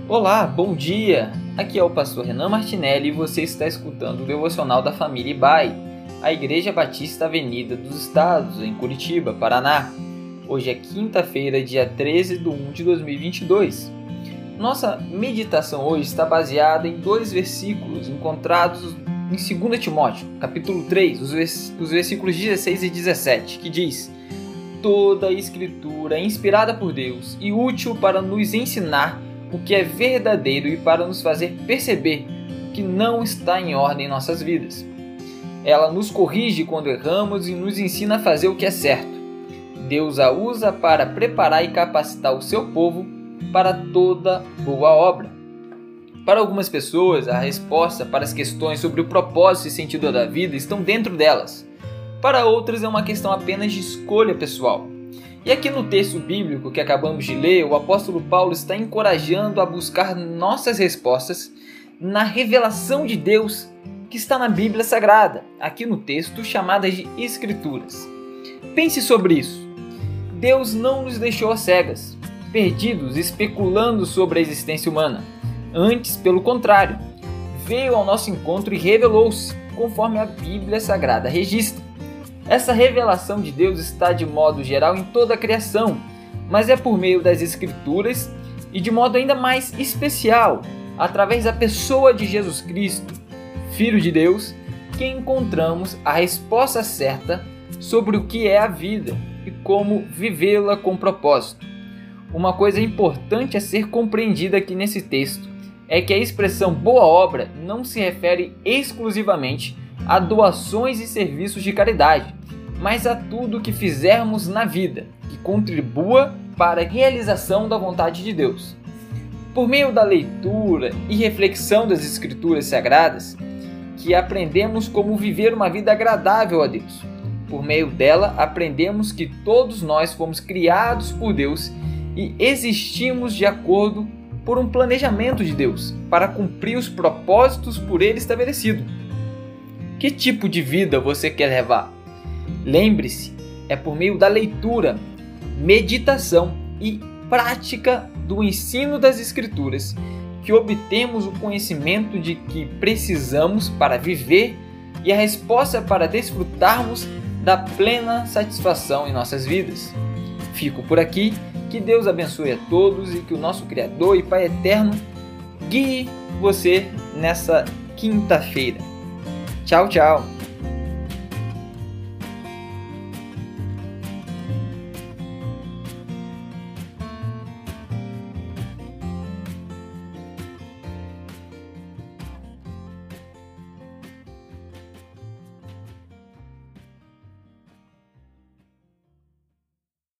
Olá, bom dia! Aqui é o pastor Renan Martinelli e você está escutando o Devocional da Família Ibai, a Igreja Batista Avenida dos Estados, em Curitiba, Paraná. Hoje é quinta-feira, dia 13 de 1 de 2022. Nossa meditação hoje está baseada em dois versículos encontrados em 2 Timóteo, capítulo 3, os versículos 16 e 17, que diz: Toda a Escritura é inspirada por Deus e útil para nos ensinar o que é verdadeiro e para nos fazer perceber o que não está em ordem em nossas vidas. Ela nos corrige quando erramos e nos ensina a fazer o que é certo. Deus a usa para preparar e capacitar o seu povo para toda boa obra. Para algumas pessoas, a resposta para as questões sobre o propósito e sentido da vida estão dentro delas. Para outras, é uma questão apenas de escolha pessoal. E aqui no texto bíblico que acabamos de ler, o apóstolo Paulo está encorajando a buscar nossas respostas na revelação de Deus que está na Bíblia Sagrada, aqui no texto chamadas de Escrituras. Pense sobre isso. Deus não nos deixou cegas, perdidos, especulando sobre a existência humana. Antes, pelo contrário, veio ao nosso encontro e revelou-se, conforme a Bíblia Sagrada registra. Essa revelação de Deus está de modo geral em toda a criação, mas é por meio das Escrituras e de modo ainda mais especial, através da pessoa de Jesus Cristo, Filho de Deus, que encontramos a resposta certa sobre o que é a vida e como vivê-la com propósito. Uma coisa importante a ser compreendida aqui nesse texto é que a expressão boa obra não se refere exclusivamente a doações e serviços de caridade, mas a tudo que fizermos na vida que contribua para a realização da vontade de Deus. Por meio da leitura e reflexão das Escrituras Sagradas, que aprendemos como viver uma vida agradável a Deus. Por meio dela, aprendemos que todos nós fomos criados por Deus e existimos de acordo por um planejamento de Deus, para cumprir os propósitos por Ele estabelecido. Que tipo de vida você quer levar? Lembre-se, é por meio da leitura, meditação e prática do ensino das Escrituras que obtemos o conhecimento de que precisamos para viver e a resposta para desfrutarmos da plena satisfação em nossas vidas. Fico por aqui, que Deus abençoe a todos e que o nosso Criador e Pai Eterno guie você nessa quinta-feira. Tchau, tchau!